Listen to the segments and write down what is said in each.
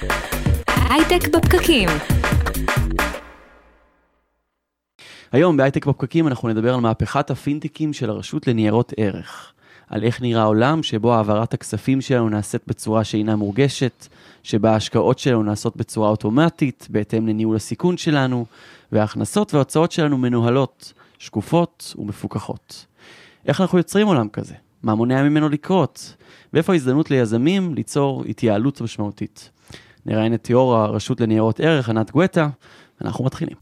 הייטק בפקקים. היום בהייטק בפקקים אנחנו נדבר על מהפכת הפינטקים של הרשות לניירות ערך. על איך נראה העולם שבו העברת הכספים שלנו נעשית בצורה שאינה מורגשת, שבה ההשקעות שלנו נעשות בצורה אוטומטית, בהתאם לניהול הסיכון שלנו, וההכנסות וההוצאות שלנו מנוהלות, שקופות ומפוקחות. איך אנחנו יוצרים עולם כזה? מה מונע ממנו לקרות? ואיפה ההזדמנות ליזמים ליצור התייעלות משמעותית? נראיין את תיאור הרשות לניירות ערך, ענת גואטה, ואנחנו מתחילים.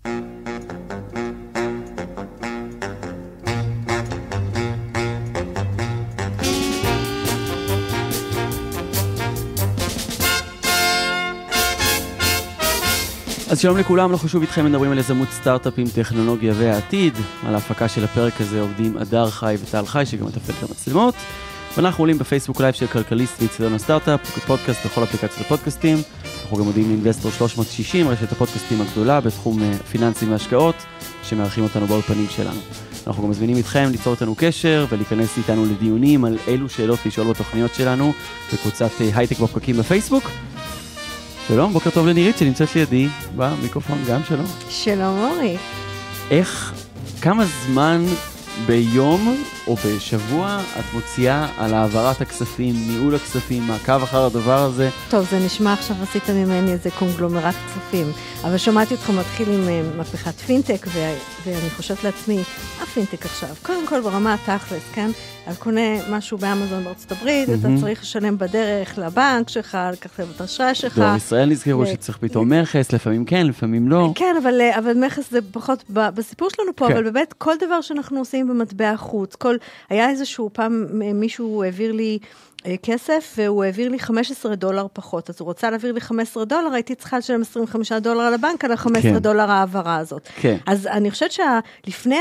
אז שלום לכולם, אנחנו שוב איתכם מדברים על יזמות סטארט-אפים, טכנולוגיה והעתיד. על ההפקה של הפרק הזה עובדים אדר חי וטל חי, שגם מטפל את המצלמות. ואנחנו עולים בפייסבוק לייב של כלכליסט ואיצטדיון הסטארט-אפ, פודקאסט בכל אפליקציות הפודקאסטים. אנחנו גם עובדים לאינבסטור 360, רשת הפודקאסטים הגדולה בתחום פיננסים והשקעות, שמארחים אותנו באולפנים שלנו. אנחנו גם מזמינים איתכם ליצור איתנו קשר ולהיכנס איתנו לדיונים על אילו שאלות לשאול בתוכניות שלנו בקבוצת הייטק בפקקים בפייסבוק. שלום, בוקר טוב לנירית שנמצאת לידי במיקרופון, גם שלום. שלום אורי. כמה זמן ביום או בשבוע את מוציאה על העברת הכספים, ניהול הכספים, מעקב אחר הדבר הזה? טוב, זה נשמע עכשיו עשית ממני איזה קונגלומרט כספים, אבל שמעתי אותך מתחיל עם מהפכת פינטק, ואני חושבת לעצמי, הפינטק עכשיו, קודם כל ברמה התכלס, כן? על קונה משהו באמזון בארצות הברית, אתה צריך לשלם בדרך לבנק שלך, לקחת את האשראי שלך. דואר ישראל נזכרו שצריך פתאום מכס, לפעמים כן, לפעמים לא. כן, אבל מכס זה פחות בסיפור שלנו פה, אבל באמת כל דבר שאנחנו עושים במטבע החוץ, היה איזשהו פעם מישהו העביר לי כסף, והוא העביר לי $15 פחות, אז הוא רוצה להעביר לי $15, הייתי צריכה לשלם $25 על הבנק, על $15 העברה הזאת. אז אני חושבת שלפני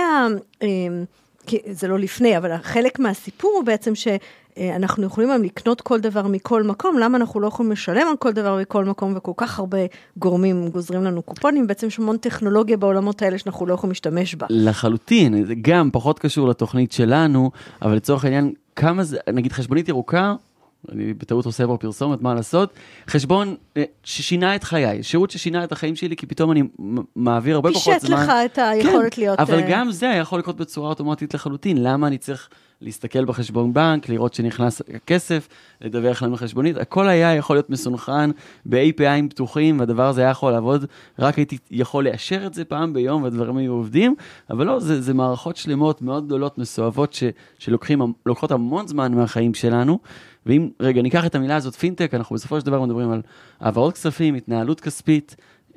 זה לא לפני, אבל חלק מהסיפור הוא בעצם שאנחנו יכולים לקנות כל דבר מכל מקום, למה אנחנו לא יכולים לשלם על כל דבר מכל מקום, וכל כך הרבה גורמים גוזרים לנו קופונים, בעצם יש המון טכנולוגיה בעולמות האלה שאנחנו לא יכולים להשתמש בה. לחלוטין, זה גם פחות קשור לתוכנית שלנו, אבל לצורך העניין, כמה זה, נגיד חשבונית ירוקה, אני בטעות עושה בו פרסומת, מה לעשות? חשבון ששינה את חיי, שירות ששינה את החיים שלי, כי פתאום אני מעביר הרבה פחות זמן. פישט לך את היכולת כן, להיות... אבל גם זה יכול לקרות בצורה אוטומטית לחלוטין. למה אני צריך להסתכל בחשבון בנק, לראות שנכנס כסף, לדווח לנו חשבונית? הכל היה יכול להיות מסונכרן ב-API'ים פתוחים, והדבר הזה היה יכול לעבוד, רק הייתי יכול לאשר את זה פעם ביום, והדברים היו עובדים, אבל לא, זה מערכות שלמות מאוד גדולות, מסואבות, שלוקחות המון זמן מהחיים שלנו, ואם רגע ניקח את המילה הזאת פינטק, אנחנו בסופו של דבר מדברים על העברות כספים, התנהלות כספית,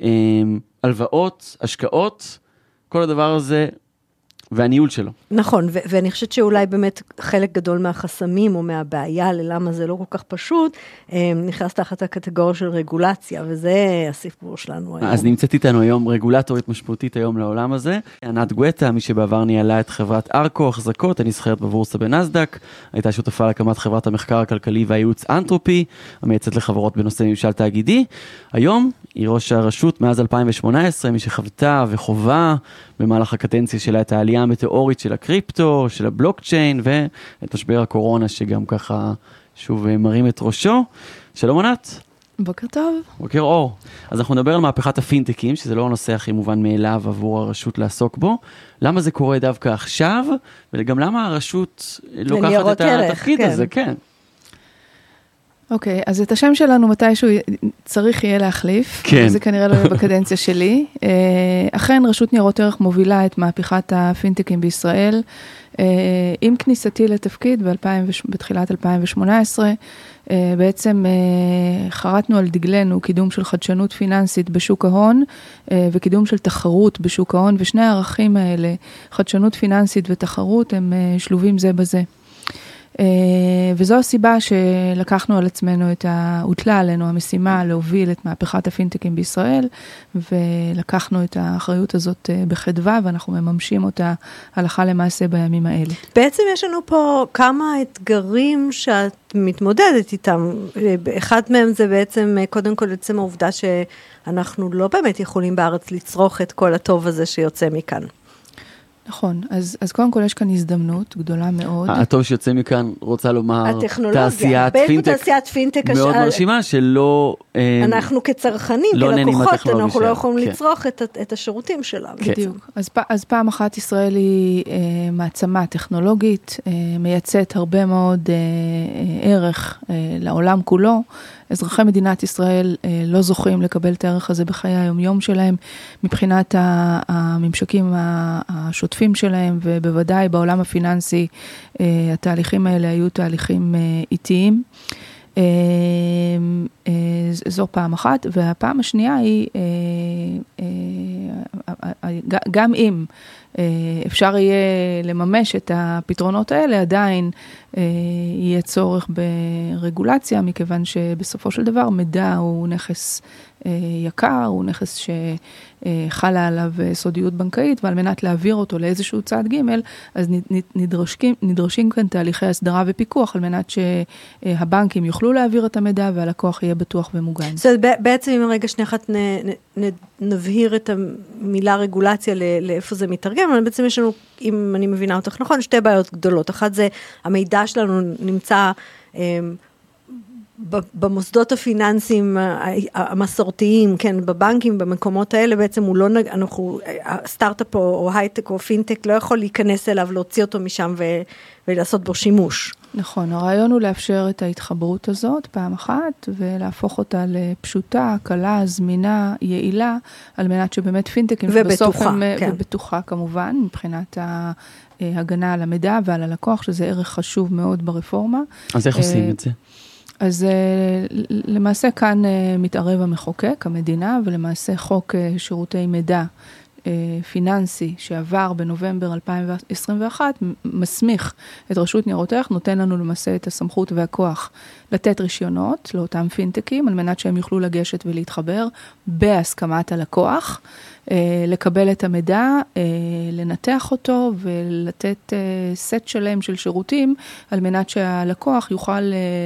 הלוואות, השקעות, כל הדבר הזה, והניהול שלו. נכון, ואני חושבת שאולי באמת חלק גדול מהחסמים או מהבעיה ללמה זה לא כל כך פשוט, נכנס תחת הקטגוריה של רגולציה, וזה הסיפור שלנו היום. אז נמצאת איתנו היום רגולטורית משמעותית היום לעולם הזה. ענת גואטה, מי שבעבר ניהלה את חברת ארקו, החזקות, אני סחרת בבורסה בנסדק, הייתה שותפה להקמת חברת המחקר הכלכלי והייעוץ אנתרופי, המייצאת לחברות בנושא ממשל תאגידי. היום היא ראש הרשות מאז 2018, מי שחוותה וחובה במהלך הקדנציה שלה את העלייה המטאורית של הקריפטו, של הבלוקצ'יין, ואת משבר הקורונה שגם ככה שוב מרים את ראשו. שלום ענת. בוקר טוב. בוקר אור. אז אנחנו נדבר על מהפכת הפינטקים, שזה לא הנושא הכי מובן מאליו עבור הרשות לעסוק בו. למה זה קורה דווקא עכשיו, וגם למה הרשות לוקחת את התפקיד הזה, כן. אוקיי, אז את השם שלנו מתישהו צריך יהיה להחליף, כן. זה כנראה לא יהיה בקדנציה שלי. אכן, רשות ניירות ערך מובילה את מהפכת הפינטקים בישראל. עם כניסתי לתפקיד בתחילת 2018, בעצם חרטנו על דגלנו קידום של חדשנות פיננסית בשוק ההון, וקידום של תחרות בשוק ההון, ושני הערכים האלה, חדשנות פיננסית ותחרות, הם שלובים זה בזה. וזו הסיבה שלקחנו על עצמנו הוטלה עלינו המשימה להוביל את מהפכת הפינטקים בישראל, ולקחנו את האחריות הזאת בחדווה, ואנחנו מממשים אותה הלכה למעשה בימים האלה. בעצם יש לנו פה כמה אתגרים שאת מתמודדת איתם. אחד מהם זה בעצם, קודם כל עצם העובדה שאנחנו לא באמת יכולים בארץ לצרוך את כל הטוב הזה שיוצא מכאן. נכון, אז קודם כל יש כאן הזדמנות גדולה מאוד. הטוב שיוצא מכאן רוצה לומר, תעשיית פינטק מאוד מרשימה, שלא אנחנו כצרכנים, כלקוחות, אנחנו לא יכולים לצרוך את השירותים שלה. בדיוק. אז פעם אחת ישראל היא מעצמה טכנולוגית, מייצאת הרבה מאוד ערך לעולם כולו. אזרחי מדינת ישראל לא זוכים לקבל את הערך הזה בחיי היום-יום שלהם, מבחינת הממשקים השוטפים שלהם, ובוודאי בעולם הפיננסי, התהליכים האלה היו תהליכים איטיים. זו פעם אחת, והפעם השנייה היא, גם אם אפשר יהיה לממש את הפתרונות האלה, עדיין יהיה צורך ברגולציה, מכיוון שבסופו של דבר מידע הוא נכס יקר, הוא נכס שחלה עליו סודיות בנקאית, ועל מנת להעביר אותו לאיזשהו צעד ג' אז נדרשים כאן תהליכי הסדרה ופיקוח, על מנת שהבנקים יוכלו להעביר את המידע, והלקוח יהיה בטוח ומוגן. זאת בעצם אם רגע שנייה אחת נבהיר את המילה רגולציה לאיפה זה מתרגם, אבל בעצם יש לנו, אם אני מבינה אותך נכון, שתי בעיות גדולות. אחת זה המידע שלנו נמצא במוסדות הפיננסיים המסורתיים, כן, בבנקים, במקומות האלה, בעצם הוא לא, סטארט-אפ או הייטק או פינטק לא יכול להיכנס אליו, להוציא אותו משם ולעשות בו שימוש. נכון, הרעיון הוא לאפשר את ההתחברות הזאת פעם אחת, ולהפוך אותה לפשוטה, קלה, זמינה, יעילה, על מנת שבאמת פינטקים, ובטוחה, כן. ובטוחה כמובן, מבחינת ההגנה על המידע ועל הלקוח, שזה ערך חשוב מאוד ברפורמה. אז איך עושים את זה? אז למעשה כאן מתערב המחוקק, המדינה, ולמעשה חוק שירותי מידע פיננסי שעבר בנובמבר 2021, מסמיך את רשות ניירות ערך, נותן לנו למעשה את הסמכות והכוח לתת רישיונות לאותם פינטקים, על מנת שהם יוכלו לגשת ולהתחבר בהסכמת הלקוח, לקבל את המידע, לנתח אותו ולתת סט שלם של שירותים, על מנת שהלקוח יוכל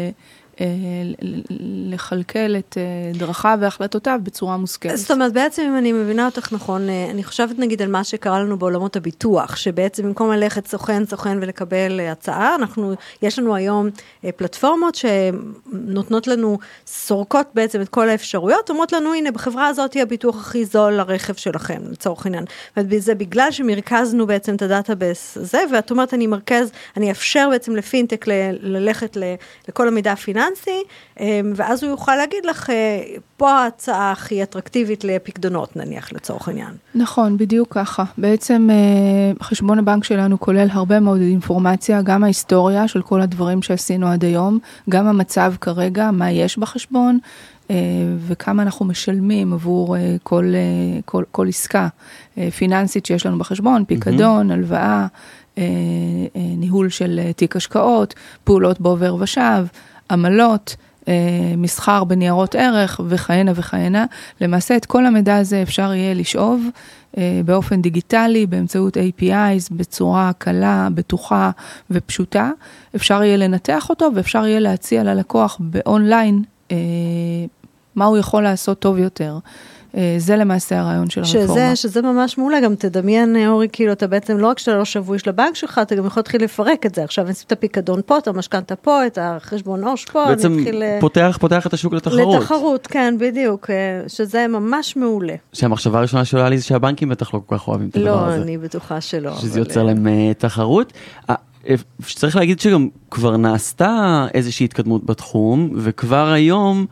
לכלכל את דרכיו והחלטותיו בצורה מושכלת. זאת אומרת, בעצם אם אני מבינה אותך נכון, אני חושבת נגיד על מה שקרה לנו בעולמות הביטוח, שבעצם במקום ללכת סוכן ולקבל הצעה, יש לנו היום פלטפורמות שנותנות לנו, סורקות בעצם את כל האפשרויות, אומרות לנו, הנה, בחברה הזאת היא הביטוח הכי זול לרכב שלכם, לצורך עניין. וזה בגלל שמרכזנו בעצם את הדאטאבייס הזה, ואת אומרת, אני אפשר בעצם לפינטק ללכת לכל המידע הפיננסי, ואז הוא יוכל להגיד לך, פה ההצעה הכי אטרקטיבית לפקדונות, נניח, לצורך העניין. נכון, בדיוק ככה. בעצם חשבון הבנק שלנו כולל הרבה מאוד אינפורמציה, גם ההיסטוריה של כל הדברים שעשינו עד היום, גם המצב כרגע, מה יש בחשבון, וכמה אנחנו משלמים עבור כל עסקה פיננסית שיש לנו בחשבון, פיקדון, הלוואה, ניהול של תיק השקעות, פעולות בעובר ושב, עמלות, מסחר בניירות ערך וכהנה וכהנה. למעשה את כל המידע הזה אפשר יהיה לשאוב באופן דיגיטלי, באמצעות APIs, בצורה קלה, בטוחה ופשוטה. אפשר יהיה לנתח אותו ואפשר יהיה להציע ללקוח באונליין מה הוא יכול לעשות טוב יותר. זה למעשה הרעיון של הרפורמה. שזה ממש מעולה, גם תדמיין, אורי, כאילו אתה בעצם לא רק שאתה לא שבוי של הבנק שלך, אתה גם יכול להתחיל לפרק את זה. עכשיו נשים את הפיקדון פה, את המשכנתא פה, את החשבון עו"ש פה. בעצם פותח את השוק לתחרות. לתחרות, כן, בדיוק. שזה ממש מעולה. שהמחשבה הראשונה שעולה לי זה שהבנקים בטח לא כל כך אוהבים את הדבר הזה. לא, אני בטוחה שלא. שזה יוצר להם תחרות. צריך להגיד שגם כבר נעשתה איזושהי התקדמות בתחום, וכבר היום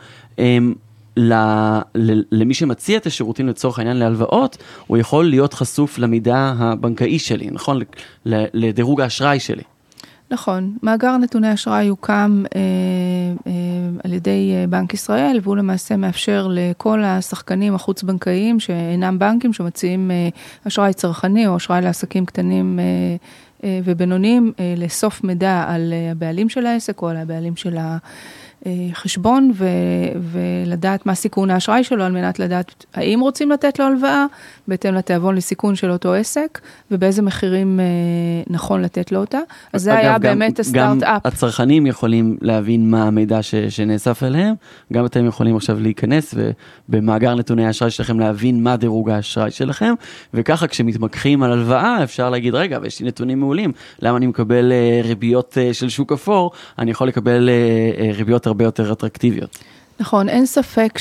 למי שמציע את השירותים לצורך העניין להלוואות, הוא יכול להיות חשוף למידע הבנקאי שלי, נכון? לדירוג האשראי שלי. נכון. מאגר נתוני אשראי הוקם על ידי בנק ישראל, והוא למעשה מאפשר לכל השחקנים החוץ-בנקאיים שאינם בנקים, שמציעים אשראי צרכני או אשראי לעסקים קטנים ובינוניים, לאסוף מידע על הבעלים של העסק או על הבעלים של חשבון ולדעת מה סיכון האשראי שלו, על מנת לדעת האם רוצים לתת לו הלוואה, בהתאם לתיאבון לסיכון של אותו עסק, ובאיזה מחירים נכון לתת לו אותה. אז זה היה באמת הסטארט-אפ. גם הצרכנים יכולים להבין מה המידע שנאסף אליהם, גם אתם יכולים עכשיו להיכנס ובמאגר נתוני האשראי שלכם להבין מה דירוג האשראי שלכם, וככה כשמתמקחים על הלוואה אפשר להגיד, רגע, ויש לי נתונים מעולים, למה אני מקבל ריביות של שוק אפור, אני יכול לקבל ריביות הרבה יותר אטרקטיביות. נכון, אין ספק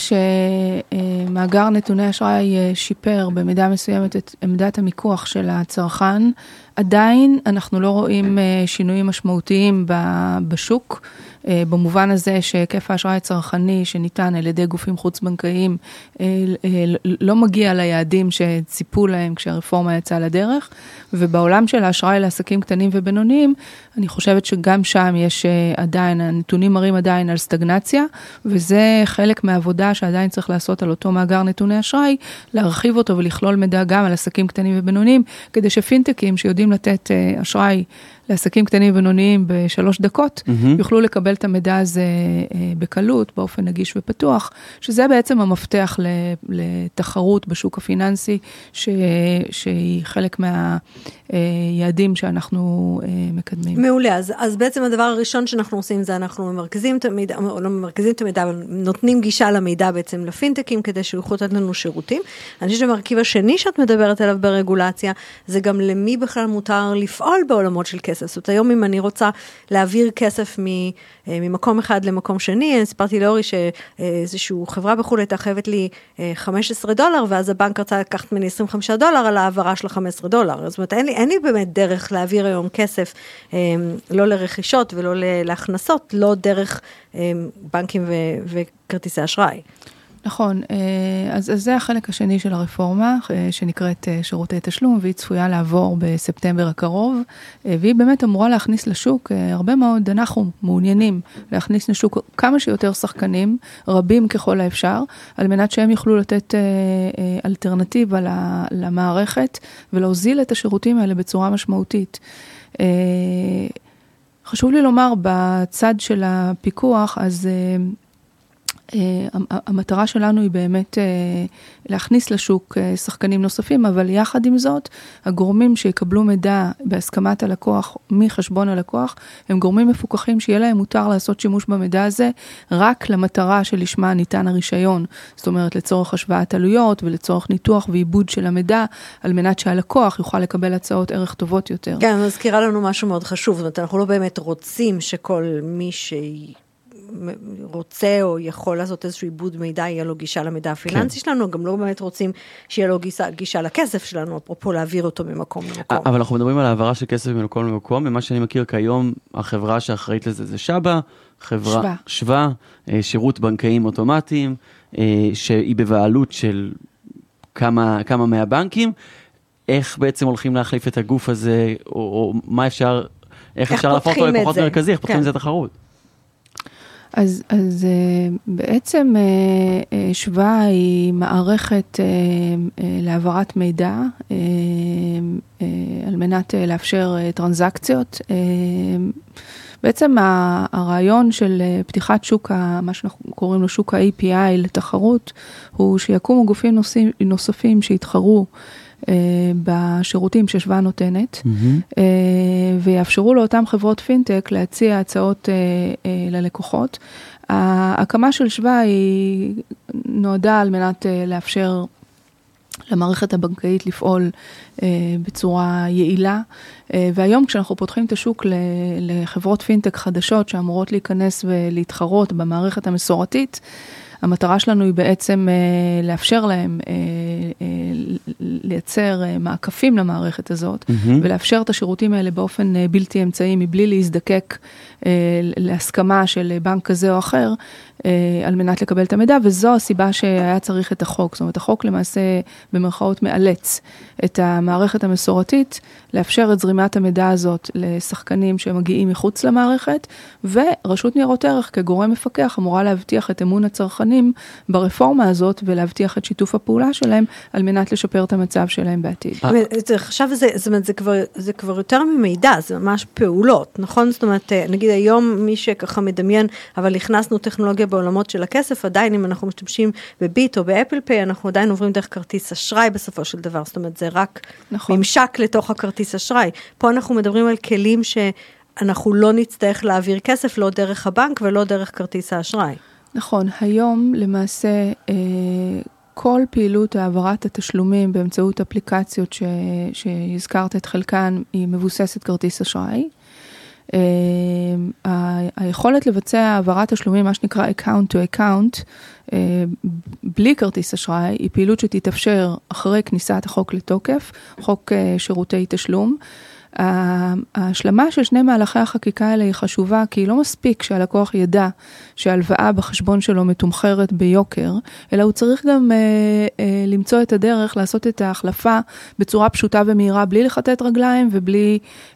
שמאגר נתוני אשראי שיפר במידה מסוימת את עמדת המיקוח של הצרכן. עדיין אנחנו לא רואים שינויים משמעותיים בשוק, במובן הזה שהיקף האשראי הצרכני שניתן על ידי גופים חוץ-בנקאיים לא מגיע ליעדים שציפו להם כשהרפורמה יצאה לדרך, ובעולם של האשראי לעסקים קטנים ובינוניים, אני חושבת שגם שם יש עדיין, הנתונים מראים עדיין על סטגנציה, וזה חלק מהעבודה שעדיין צריך לעשות על אותו מאגר נתוני אשראי, להרחיב אותו ולכלול מידע גם על עסקים קטנים ובינוניים, כדי שפינטקים שיודעים לתת אשראי לעסקים קטנים ובינוניים ב3 דקות, יוכלו לקבל את המידע הזה בקלות, באופן נגיש ופתוח, שזה בעצם המפתח לתחרות בשוק הפיננסי, שהיא חלק מהיעדים שאנחנו מקדמים. מעולה, אז בעצם הדבר הראשון שאנחנו עושים זה אנחנו ממרכזים את המידע, לא ממרכזים את המידע, אבל נותנים גישה למידע בעצם לפינטקים, כדי שיוכלו לתת לנו שירותים. אני חושבת שהמרכיב השני שאת מדברת עליו ברגולציה, זה גם למי בכלל מותר לפעול בעולמות של כסף. זאת אומרת, היום אם אני רוצה להעביר כסף ממקום אחד למקום שני, אני סיפרתי לאורי שאיזושהי חברה בחו"ל הייתה חייבת לי $15, ואז הבנק רצה לקחת ממני $25 על העברה של $15. זאת אומרת, אין לי באמת דרך להעביר היום כסף, לא לרכישות ולא להכנסות, לא דרך בנקים וכרטיסי אשראי. נכון, אז זה החלק השני של הרפורמה, שנקראת שירותי תשלום, והיא צפויה לעבור בספטמבר הקרוב, והיא באמת אמורה להכניס לשוק הרבה מאוד, אנחנו מעוניינים להכניס לשוק כמה שיותר שחקנים, רבים ככל האפשר, על מנת שהם יוכלו לתת אלטרנטיבה למערכת, ולהוזיל את השירותים האלה בצורה משמעותית. חשוב לי לומר, בצד של הפיקוח, אז המטרה שלנו היא באמת להכניס לשוק שחקנים נוספים, אבל יחד עם זאת, הגורמים שיקבלו מידע בהסכמת הלקוח מחשבון הלקוח, הם גורמים מפוקחים שיהיה להם מותר לעשות שימוש במידע הזה, רק למטרה שלשמה ניתן הרישיון, זאת אומרת לצורך השוואת עלויות ולצורך ניתוח ועיבוד של המידע, על מנת שהלקוח יוכל לקבל הצעות ערך טובות יותר. כן, מזכירה לנו משהו מאוד חשוב, זאת אומרת, אנחנו לא באמת רוצים שכל מי רוצה או יכול לעשות איזשהו עיבוד מידע, יהיה לו גישה למידע הפיננסי שלנו, גם לא באמת רוצים שיהיה לו גישה לכסף שלנו, אפרופו להעביר אותו ממקום למקום. אבל אנחנו מדברים על העברה של כסף ממקום למקום, ומה שאני מכיר כיום, החברה שאחראית לזה זה שבה, חברה שווה, שירות בנקאים אוטומטיים, שהיא בבעלות של כמה מהבנקים, איך בעצם הולכים להחליף את הגוף הזה, או מה אפשר, איך אפשר להפוך אותו לפחות מרכזי, איך פותחים את זה תחרות? אז בעצם שווה היא מערכת להעברת מידע על מנת לאפשר טרנזקציות. בעצם הרעיון של פתיחת שוק, מה שאנחנו קוראים לו שוק ה-API לתחרות, הוא שיקומו גופים נוספים שיתחרו בשירותים ששווה נותנת, ויאפשרו לאותם חברות פינטק להציע הצעות ללקוחות. ההקמה של שווה היא נועדה על מנת לאפשר למערכת הבנקאית לפעול בצורה יעילה, והיום כשאנחנו פותחים את השוק לחברות פינטק חדשות שאמורות להיכנס ולהתחרות במערכת המסורתית, המטרה שלנו היא בעצם לאפשר להם לייצר מעקפים למערכת הזאת, ולאפשר את השירותים האלה באופן בלתי אמצעי, מבלי להזדקק להסכמה של בנק כזה או אחר, על מנת לקבל את המידע, וזו הסיבה שהיה צריך את החוק. זאת אומרת, החוק למעשה במרכאות מאלץ את המערכת המסורתית, לאפשר את זרימת המידע הזאת לשחקנים שמגיעים מחוץ למערכת, ורשות ניירות ערך כגורם מפקח אמורה להבטיח את אמון הצרכנים ברפורמה הזאת, ולהבטיח את שיתוף הפעולה שלהם, על מנת לשפר את המצב שלהם בעתיד. עכשיו זה כבר יותר ממידע, זה ממש פעולות, נכון? זאת אומרת, נגיד היום מי שככה מדמיין, אבל הכנסנו טכנולוגיה בעולמות של הכסף, עדיין אם אנחנו משתמשים בביט או באפל פיי, אנחנו עדיין עוברים דרך כרטיס אשראי בסופו של דבר, זאת אומרת, זה רק ממשק לתוך הכרטיס אשראי. פה אנחנו מדברים על כלים שאנחנו לא נצטרך להעביר כסף, לא דרך הבנק ולא דרך כרטיס האשראי. נכון, היום למעשה כל פעילות העברת התשלומים באמצעות אפליקציות שהזכרת את חלקן, היא מבוססת כרטיס אשראי. היכולת לבצע העברת תשלומים, מה שנקרא account to account, בלי כרטיס אשראי, היא פעילות שתתאפשר אחרי כניסת החוק לתוקף, חוק שירותי תשלום. ההשלמה של שני מהלכי החקיקה האלה היא חשובה, כי היא לא מספיק שהלקוח ידע שההלוואה בחשבון שלו מתומחרת ביוקר, אלא הוא צריך גם למצוא את הדרך לעשות את ההחלפה בצורה פשוטה ומהירה, בלי לחטט רגליים ובלי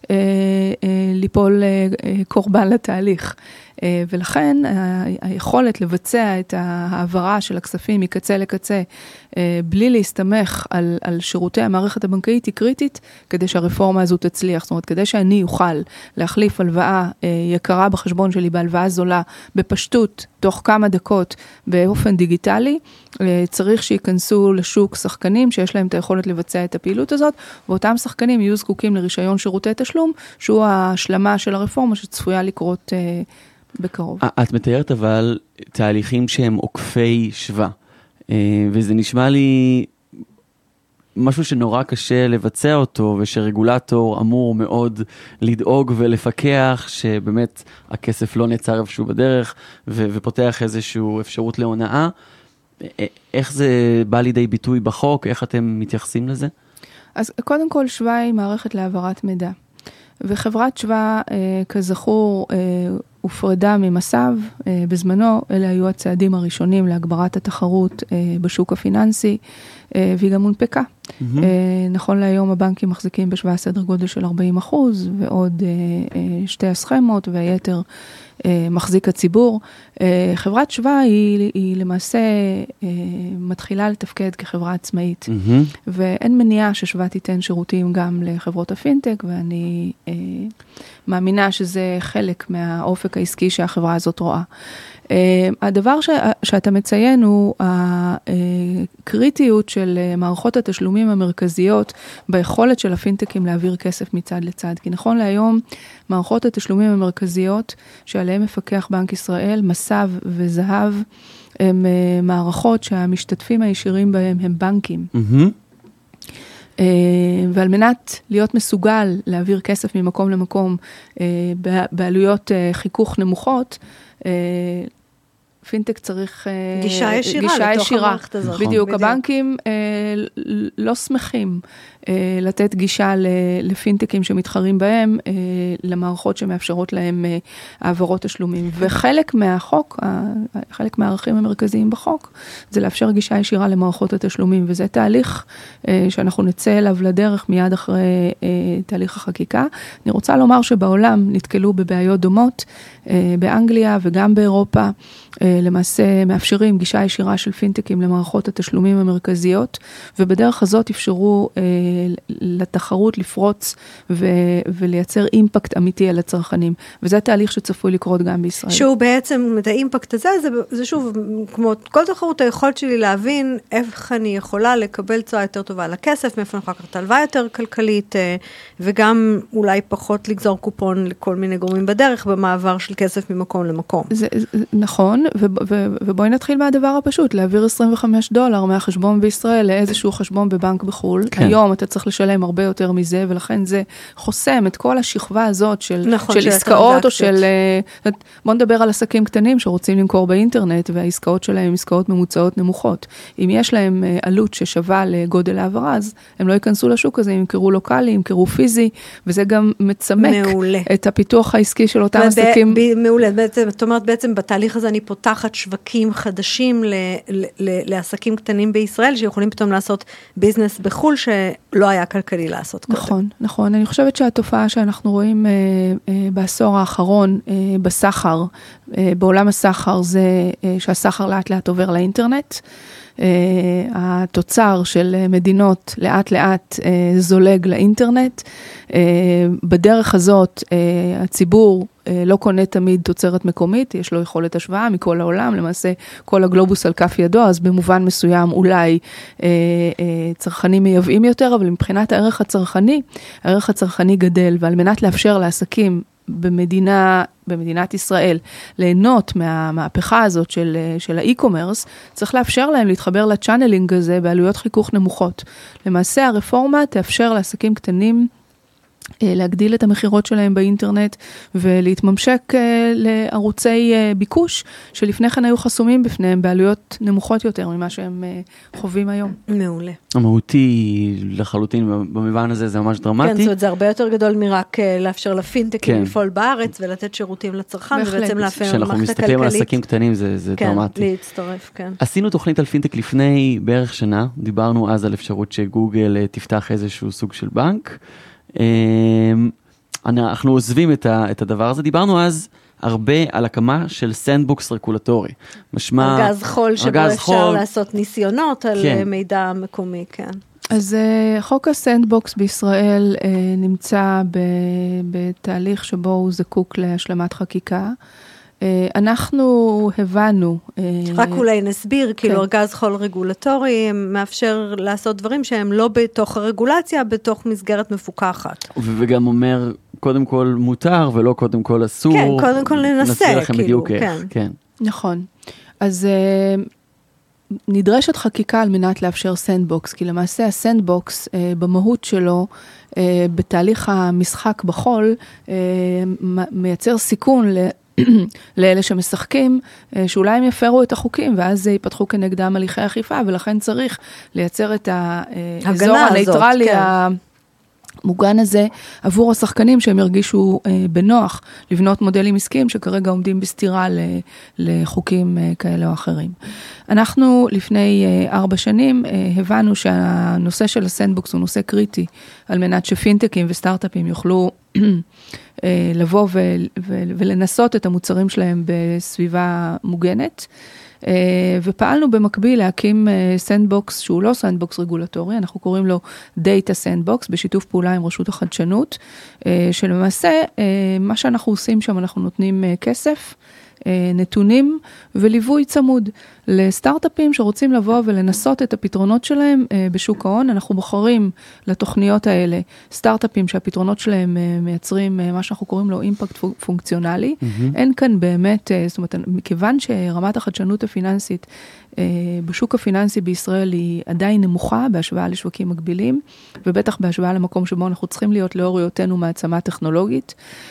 ליפול קורבן לתהליך. ולכן היכולת לבצע את העברה של הכספים מקצה לקצה, בלי להסתמך על שירותי המערכת הבנקאית, היא קריטית כדי שהרפורמה הזו תצליח. זאת אומרת, כדי שאני אוכל להחליף הלוואה יקרה בחשבון שלי בהלוואה זולה, בפשטות, תוך כמה דקות באופן דיגיטלי, צריך שיכנסו לשוק שחקנים שיש להם את היכולת לבצע את הפעילות הזאת, ואותם שחקנים יהיו זקוקים לרישיון שירותי תשלום, שהוא ההשלמה של הרפורמה שצפויה לקרות בקרוב. את מתארת אבל תהליכים שהם עוקפי שווה, וזה נשמע לי משהו שנורא קשה לבצע אותו, ושרגולטור אמור מאוד לדאוג ולפקח שבאמת הכסף לא נעצר איפשהו בדרך, ופותח איזושהי אפשרות להונאה. איך זה בא לידי ביטוי בחוק? איך אתם מתייחסים לזה? אז קודם כל שווה היא מערכת להעברת מידע. וחברת שווה, כזכור, הופרדה ממסב בזמנו, אלה היו הצעדים הראשונים להגברת התחרות בשוק הפיננסי, והיא גם מונפקה. נכון להיום הבנקים מחזיקים בשווה סדר גודל של 40%, ועוד שתי הסכמות, והיתר מחזיק הציבור. חברת שווה היא למעשה מתחילה לתפקד כחברה עצמאית, ואין מניעה ששווה תיתן שירותים גם לחברות הפינטק, ואני מאמינה שזה חלק מהאופק העסקי שהחברה הזאת רואה. הדבר שאתה מציין הוא הקריטיות של מערכות התשלומים המרכזיות ביכולת של הפינטקים להעביר כסף מצד לצד. כי נכון להיום מערכות התשלומים המרכזיות שעליהם מפקח בנק ישראל, מסב וזהב, הם מערכות שהמשתתפים הישירים בהם הם בנקים. ועל מנת להיות מסוגל להעביר כסף ממקום למקום בעלויות חיכוך נמוכות, פינטק צריך גישה ישירה לתוך המערכת הזאת. בדיוק, הבנקים לא שמחים לתת גישה לפינטקים שמתחרים בהם, למערכות שמאפשרות להם העברות תשלומים. וחלק מהחוק, חלק מהערכים המרכזיים בחוק, זה לאפשר גישה ישירה למערכות התשלומים, וזה תהליך שאנחנו נצא אליו לדרך מיד אחרי תהליך החקיקה. אני רוצה לומר שבעולם נתקלו בבעיות דומות, באנגליה וגם באירופה, למעשה מאפשרים גישה ישירה של פינטקים למערכות התשלומים המרכזיות, ובדרך הזאת אפשרו לתחרות לפרוץ ולייצר אימפקט אמיתי על הצרכנים. וזה תהליך שצפוי לקרות גם בישראל. שהוא בעצם, את האימפקט הזה, זה שוב, כמו כל תחרות, היכולת שלי להבין איך אני יכולה לקבל צועה יותר טובה על הכסף, מאיפה אני יכולה לקחת הלוואה יותר כלכלית, וגם אולי פחות לגזור קופון לכל מיני גורמים בדרך, במעבר של כסף ממקום למקום. זה נכון, ובואי נתחיל מהדבר הפשוט, להעביר $25 מהחשבון בישראל לאיזשהו חשבון בבנק בחול. היום אתה אתה צריך לשלם הרבה יותר מזה, ולכן זה חוסם את כל השכבה הזאת של של עסקאות, או של, בוא נדבר על עסקים קטנים שרוצים למכור באינטרנט, והעסקאות שלהם עסקאות ממוצעות נמוכות. אם יש להם עלות ששווה לגודל העברה, אז הם לא ייכנסו לשוק הזה, ימכרו לוקלי, ימכרו פיזי, וזה גם מצמק את הפיתוח העסקי של אותם עסקים. מעולה, זאת אומרת, בעצם בתהליך הזה אני פותחת שווקים חדשים לעסקים קטנים בישראל, שיכולים פתאום לעשות ביזנס בחול, שלא היה כלכלי לעשות קודם. נכון, נכון. אני חושבת שהתופעה שאנחנו רואים בעשור האחרון בסחר, בעולם הסחר, זה שהסחר לאט לאט עובר לאינטרנט. התוצר של מדינות לאט לאט זולג לאינטרנט. בדרך הזאת הציבור לא קונה תמיד תוצרת מקומית, יש לו יכולת השוואה מכל העולם, למעשה כל הגלובוס על כף ידו, אז במובן מסוים אולי צרכנים מייבאים יותר, אבל מבחינת הערך הצרכני גדל, ועל מנת לאפשר לעסקים במדינת ישראל, ליהנות מהמהפכה הזאת של האי-קומרס, צריך לאפשר להם להתחבר לצ'אנלינג הזה בעלויות חיכוך נמוכות. למעשה הרפורמה תאפשר לעסקים קטנים להגדיל את המחירות שלהם באינטרנט, ולהתממשק לערוצי ביקוש, שלפני כן היו חסומים בפניהם בעלויות נמוכות יותר ממה שהם חווים היום. מעולה. המהותי לחלוטין במובן הזה זה ממש דרמטי. כן, זאת אומרת, זה הרבה יותר גדול מרק לאפשר לפינטקים לפעול בארץ, ולתת שירותים לצרכן, ובעצם לאפשר למערכת הכלכלית. כשאנחנו מסתכלים על עסקים קטנים זה דרמטי. כן, להצטרף, כן. עשינו תוכנית על פינטק לפני בערך שנה, דיברנו אז על אפשרות שגוגל תפתח איזשהו סוג של בנק, אנחנו עוזבים את הדבר הזה, דיברנו אז הרבה על הקמה של סנדבוקס רגולטורי. ארגז חול שבו אפשר לעשות ניסיונות על מידע מקומי, כן. אז חוק הסנדבוקס בישראל נמצא בתהליך שבו הוא זקוק להשלמת חקיקה. אנחנו הבנו... רק אולי נסביר, כאילו ארגז חול רגולטורי מאפשר לעשות דברים שהם לא בתוך הרגולציה, בתוך מסגרת מפוקחת. וגם אומר, קודם כל מותר ולא קודם כל אסור. כן, קודם כל ננסה. נסביר לכם בדיוק איך, כן. נכון. אז נדרשת חקיקה על מנת לאפשר סנדבוקס, כי למעשה הסנדבוקס במהות שלו, בתהליך המשחק בחול, מייצר סיכון לאלה שמשחקים, שאולי הם יפרו את החוקים, ואז ייפתחו כנגדם הליכי אכיפה, ולכן צריך לייצר את האזור הנייטרלי המוגן הזה, עבור השחקנים שהם ירגישו בנוח, לבנות מודלים עסקיים, שכרגע עומדים בסתירה לחוקים כאלה או אחרים. אנחנו לפני 4 שנים, הבנו שהנושא של הסנדבוקס הוא נושא קריטי, על מנת שפינטקים וסטארט-אפים יוכלו לבוא ולנסות את המוצרים שלהם בסביבה מוגנת, ופעלנו במקביל להקים סנדבוקס, שהוא לא סנדבוקס רגולטורי, אנחנו קוראים לו דאטה סנדבוקס, בשיתוף פעולה עם רשות החדשנות, שלמעשה מה שאנחנו עושים שם, אנחנו נותנים כסף, נתונים וליווי צמוד לסטארט-אפים שרוצים לבוא ולנסות את הפתרונות שלהם בשוק ההון. אנחנו בוחרים לתוכניות האלה סטארט-אפים שהפתרונות שלהם מייצרים מה שאנחנו קוראים לו אימפקט פונקציונלי. אין כאן באמת, זאת אומרת, מכיוון שרמת החדשנות הפיננסית בשוק הפיננסי בישראל היא עדיין נמוכה בהשוואה לשווקים מקבילים, ובטח בהשוואה למקום שבו אנחנו צריכים להיות לאור היותנו מעצמה טכנולוגית.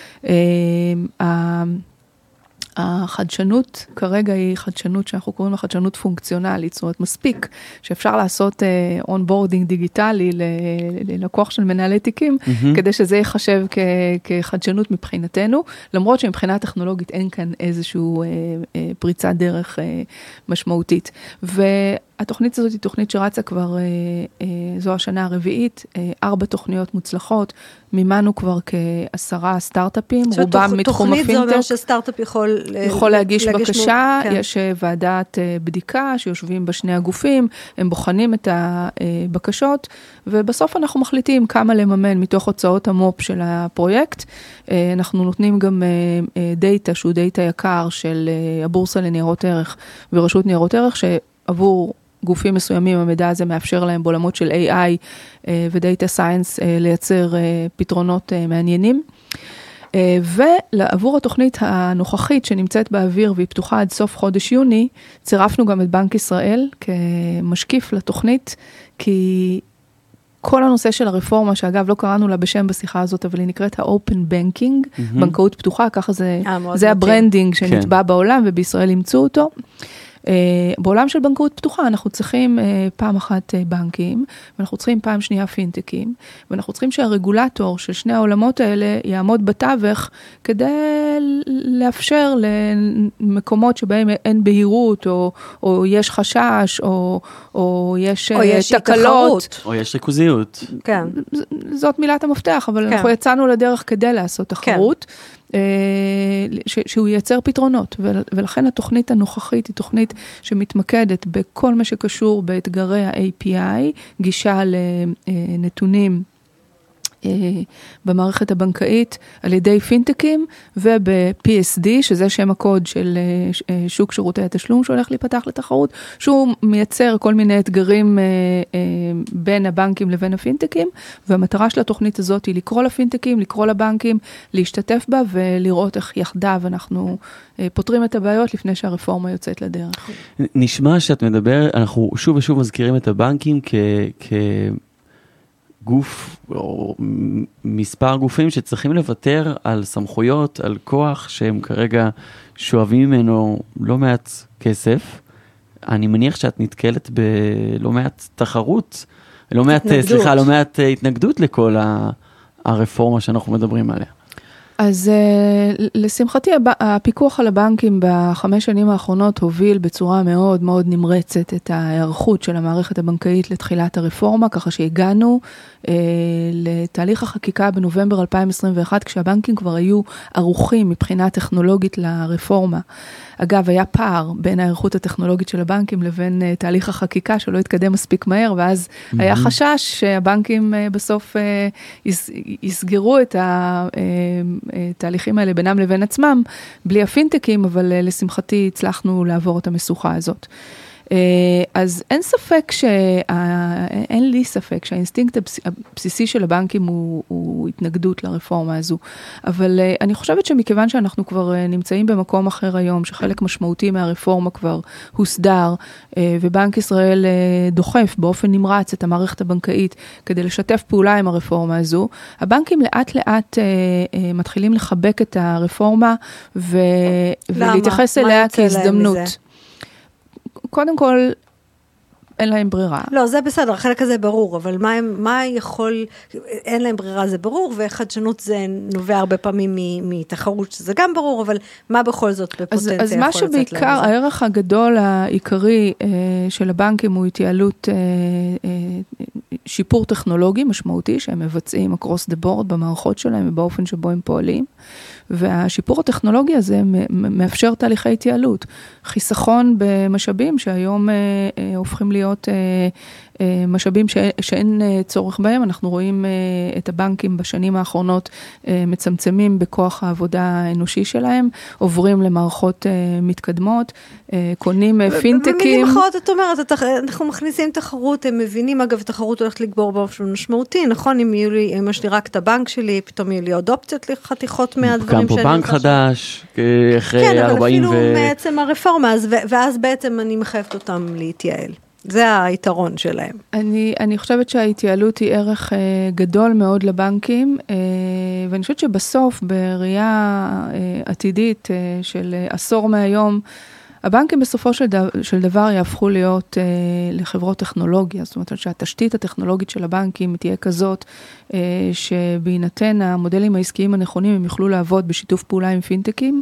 החדשנות כרגע היא חדשנות שאנחנו קוראים לה חדשנות פונקציונלית, זאת אומרת מספיק שאפשר לעשות אונבורדינג דיגיטלי ללקוח של מנהלי תיקים, כדי שזה ייחשב כחדשנות מבחינתנו, למרות שמבחינה טכנולוגית אין כאן איזשהו פריצת דרך משמעותית. התוכנית הזאת היא תוכנית שרצה כבר, זו השנה הרביעית, 4 תוכניות מוצלחות, מימנו כבר כ10 סטארט-אפים, רובם מתחום הפינטק. תוכנית זה אומר שסטארט-אפ יכול להגיש בקשה, יש ועדת בדיקה שיושבים בשני הגופים, הם בוחנים את הבקשות, ובסוף אנחנו מחליטים כמה לממן מתוך הוצאות המופ של הפרויקט. אנחנו נותנים גם דאטה, שהוא דאטה יקר של הבורסה לניירות ערך ורשות ניירות ערך, שעבור גופים מסוימים, המידע הזה מאפשר להם בעולמות של AI ודאטה סיינס לייצר פתרונות מעניינים. ועבור התוכנית הנוכחית שנמצאת באוויר והיא פתוחה עד סוף חודש יוני, צירפנו גם את בנק ישראל כמשקיף לתוכנית, כי כל הנושא של הרפורמה, שאגב לא קראנו לה בשם בשיחה הזאת, אבל היא נקראת ה-Open Banking, בנקאות פתוחה, ככה זה הברנדינג שנטבע בעולם, ובישראל אימצו אותו. בעולם של בנקאות פתוחה אנחנו צריכים פעם אחת בנקים, ואנחנו צריכים פעם שנייה פינטקים, ואנחנו צריכים שהרגולטור של שני העולמות האלה יעמוד בתווך, כדי לאפשר למקומות שבהם אין בהירות, או יש חשש, או יש תקלות. או יש ריכוזיות. כן. זאת מילת המפתח, אבל אנחנו יצאנו לדרך כדי לעשות תחרות. שהוא ייצר פתרונות, ולכן התוכנית הנוכחית היא תוכנית שמתמקדת בכל מה שקשור באתגרי ה-API, גישה לנתונים במערכת הבנקאית על ידי פינטקים, וב-PSD, שזה שם הקוד של שוק שירותי התשלום שהולך להיפתח לתחרות, שהוא מייצר כל מיני אתגרים בין הבנקים לבין הפינטקים, והמטרה של התוכנית הזאת היא לקרוא לפינטקים, לקרוא לבנקים, להשתתף בה ולראות איך יחדיו אנחנו פותרים את הבעיות לפני שהרפורמה יוצאת לדרך. נשמע שאת מדבר, אנחנו שוב ושוב מזכירים את הבנקים גוף או מספר גופים שצריכים לוותר על סמכויות, על כוח שהם כרגע שואבים ממנו לא מעט כסף. אני מניח שאת נתקלת בלא מעט תחרות, לא מעט התנגדות לכל הרפורמה שאנחנו מדברים עליה. אז לשמחתי הפיקוח על הבנקים בחמש שנים האחרונות הוביל בצורה מאוד מאוד נמרצת את ההיערכות של המערכת הבנקאית לתחילת הרפורמה, ככה שהגענו לתהליך החקיקה בנובמבר 2021, כשהבנקים כבר היו ערוכים מבחינה טכנולוגית לרפורמה. אגב, היה פער בין ההיערכות הטכנולוגית של הבנקים לבין תהליך החקיקה שלא התקדם מספיק מהר, ואז היה חשש שהבנקים בסוף יסגרו את התהליכים האלה בינם לבין עצמם, בלי הפינטקים, אבל לשמחתי הצלחנו לעבור את המשוכה הזאת. אז אין לי ספק שהאינסטינקט הבסיסי של הבנקים הוא התנגדות לרפורמה הזו. אבל אני חושבת שמכיוון שאנחנו כבר נמצאים במקום אחר היום, שחלק משמעותי מהרפורמה כבר הוסדר, ובנק ישראל דוחף באופן נמרץ את המערכת הבנקאית כדי לשתף פעולה עם הרפורמה הזו, הבנקים לאט לאט מתחילים לחבק את הרפורמה ולהתייחס אליה כהזדמנות. קודם כל, אין להם ברירה. לא, זה בסדר, החלק הזה ברור, אבל מה יכול, אין להם ברירה זה ברור, וחדשנות זה נובע הרבה פעמים מתחרות, שזה גם ברור, אבל מה בכל זאת בפוטנציה יכול לצאת להם? אז מה שבעיקר, הערך הגדול העיקרי של הבנקים הוא התייעלות, שיפור טכנולוגי משמעותי, שהם מבצעים across the board במערכות שלהם ובאופן שבו הם פועלים, והשיפור הטכנולוגי הזה מאפשר תהליכי התייעלות. חיסכון במשאבים שהיום הופכים להיות משאבים שאין צורך בהם. אנחנו רואים את הבנקים בשנים האחרונות מצמצמים בכוח העבודה האנושי שלהם, עוברים למערכות מתקדמות, קונים פינטקים. במילים אחרות, את אומרת, אנחנו מכניסים תחרות, הם מבינים, אגב, תחרות הולכת לגבור באופן משמעותי, נכון? אם יש לי רק את הבנק שלי, פתאום יהיו לי עוד אופציות לחתיכות מהדברים גם פה בנק חדש, אחרי 40 כן, אבל אפילו בעצם הרפורמה, ואז בעצם אני מחייבת אותם להתייעל. זה היתרון שלהם. אני חושבת שההתייעלות היא ערך גדול מאוד לבנקים, ואני חושבת שבסוף, בראייה עתידית של עשור מהיום, הבנקים בסופו של דבר יהפכו להיות לחברות טכנולוגיה, זאת אומרת שהתשתית הטכנולוגית של הבנקים תהיה כזאת, שבהינתן המודלים העסקיים הנכונים, הם יוכלו לעבוד בשיתוף פעולה עם פינטקים,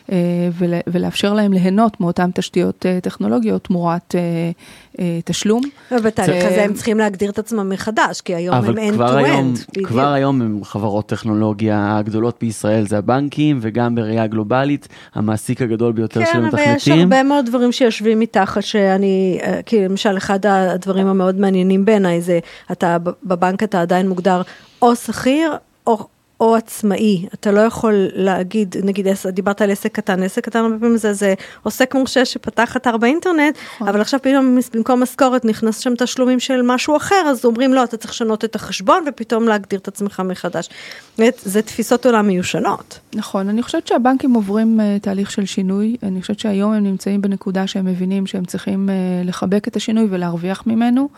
ולאפשר להם ליהנות מאותן תשתיות טכנולוגיות תמורת תשלום. ובתהליך הזה הם צריכים להגדיר את עצמם מחדש, כי היום הם end-to-end. כבר היום הם חברות טכנולוגיה הגדולות בישראל, זה הבנקים, וגם בראייה גלובלית, המעסיק הגדול ביותר של מתכנתים. כן, אבל יש הרבה מאוד דברים שיושבים מתחת, שאני, כי למשל אחד הדברים המאוד מעניינים בעיניי, זה בבנק אתה עדיין מוגדר או שכיר, או עצמאי. אתה לא יכול להגיד, נגיד, דיברת על עסק קטן הרבה פעמים זה עוסק מורשה שפתח אתר באינטרנט, אבל עכשיו פתאום במקום משכורת נכנס שם תשלומים של משהו אחר, אז אומרים לא, אתה צריך לשנות את החשבון, ופתאום להגדיר את עצמך מחדש. זה תפיסות עולם מיושנות. נכון, אני חושבת שהבנקים עוברים תהליך של שינוי, אני חושבת שהיום הם נמצאים בנקודה שהם מבינים שהם צריכים לחבק את השינוי ולהרוויח ממנו,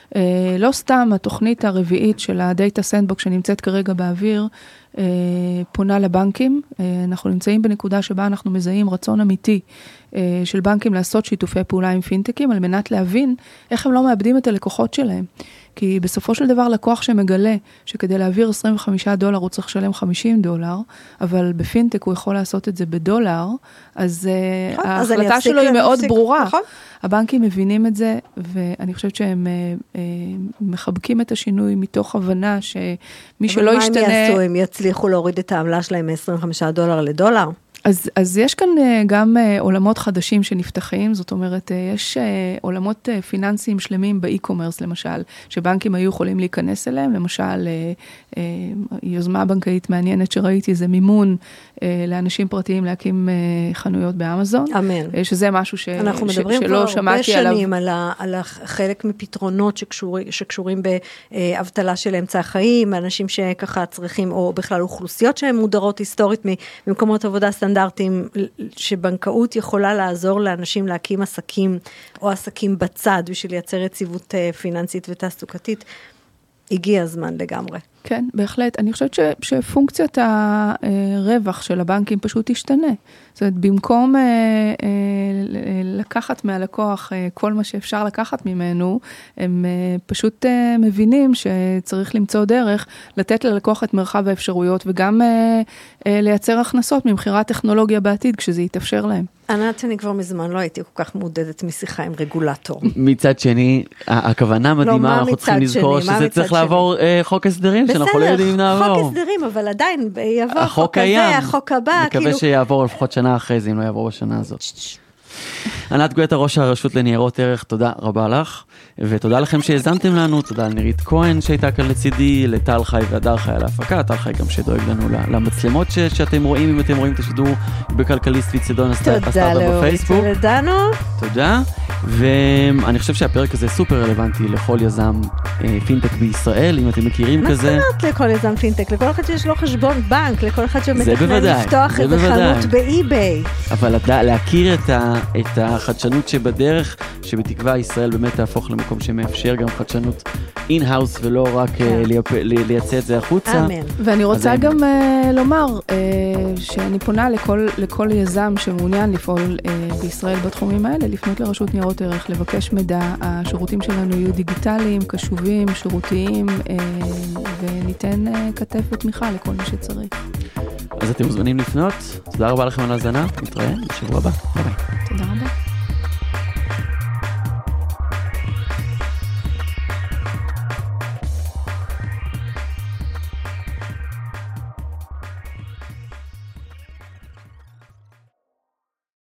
לא סתם התוכנית הרביעית של הדאטה סנדבוקס שנמצאת כרגע באוויר, פונה לבנקים. אנחנו נמצאים בנקודה שבה אנחנו מזהים רצון אמיתי של בנקים לעשות שיתופי פעולה עם פינטקים, על מנת להבין איך הם לא מאבדים את הלקוחות שלהם. כי בסופו של דבר לקוח שמגלה שכדי להעביר $25 הוא צריך לשלם $50, אבל בפינטק הוא יכול לעשות את זה בדולר, אז ההחלטה שלו היא מאוד ברורה. הבנקים מבינים את זה, ואני חושבת שהם מחבקים את השינוי מתוך הבנה שמי שלא ישתנה... אבל מה הם יעשו? הם יצליחו להוריד את העמלה שלהם מ$25 לדולר? אז יש כאן גם עולמות חדשים שנפתחים, זאת אומרת, יש עולמות פיננסיים שלמים באי-קומרס, למשל, שבנקים היו יכולים להיכנס אליהם, למשל, יוזמה בנקאית מעניינת שראיתי, זה מימון לאנשים פרטיים להקים חנויות באמזון. אמן. שזה משהו שלא שמעתי עליו. אנחנו מדברים כבר הרבה שנים על חלק מפתרונות שקשורים באבטלה של אמצע החיים, אנשים שככה צריכים, או בכלל אוכלוסיות שהן מודרות היסטורית ממקומות עבודה סטנדרטיים, שבנקאות יכולה לעזור לאנשים להקים עסקים, או עסקים בצד, בשביל לייצר יציבות פיננסית ותעסוקתית. הגיע הזמן לגמרי. כן, בהחלט. אני חושבת שפונקציית הרווח של הבנקים פשוט תשתנה. זאת אומרת, במקום לקחת מהלקוח כל מה שאפשר לקחת ממנו, הם פשוט מבינים שצריך למצוא דרך לתת ללקוח את מרחב האפשרויות, וגם לייצר הכנסות ממחירת טכנולוגיה בעתיד, כשזה יתאפשר להם. ענת, אני כבר מזמן לא הייתי כל כך מודדת משיחה עם רגולטור. מצד שני, הכוונה מדהימה, אנחנו צריכים לזכור שזה צריך לעבור חוק הסדרים, שאנחנו לא יודעים לעבור. חוק הסדרים, אבל עדיין יעבור החוק הזה, החוק הבא. מקווה שיעבור לפחות שנה אחרי זה, אם לא יעבור בשנה הזאת. ענת גואטה, ראש הרשות לניירות ערך, תודה רבה לך, ותודה לכם שהזמתם לנו, תודה לנירית כהן שהייתה כאן לצידי, לטל חי והדר חי על ההפקה, טל חי גם שדואג לנו למצלמות שאתם רואים, אם אתם רואים את השידור בכלכליסט וצידון הסטארט-אפ בפייסבוק. תודה, ואני חושב שהפרק הזה סופר רלוונטי לכל יזם פינטק בישראל, אם אתם מכירים כזה. מה זאת אומרת לכל יזם פינטק? לכל אחד שיש לו חשבון בנק, לכל אחד שמתכנן לפתוח איזה חנות באי-ביי. אבל להכיר את החדשנות שבדרך, שבתקווה ישראל באמת תהפוך למקום שמאפשר גם חדשנות אין-האוס, ולא רק לייצא את זה החוצה. אמן. ואני רוצה גם לומר שאני פונה לכל יזם שמעוניין לפעול בישראל בתחומים האלה, לפנות לרשות ניירות ערך, לבקש מידע. השירותים שלנו יהיו דיגיטליים, קשובים, שירותיים, וניתן כתף ותמיכה לכל מי שצריך. אז אתם מוזמנים לפנות. תודה רבה לכם על ההאזנה. נתראה בשבוע הבא. ביי ביי. תודה.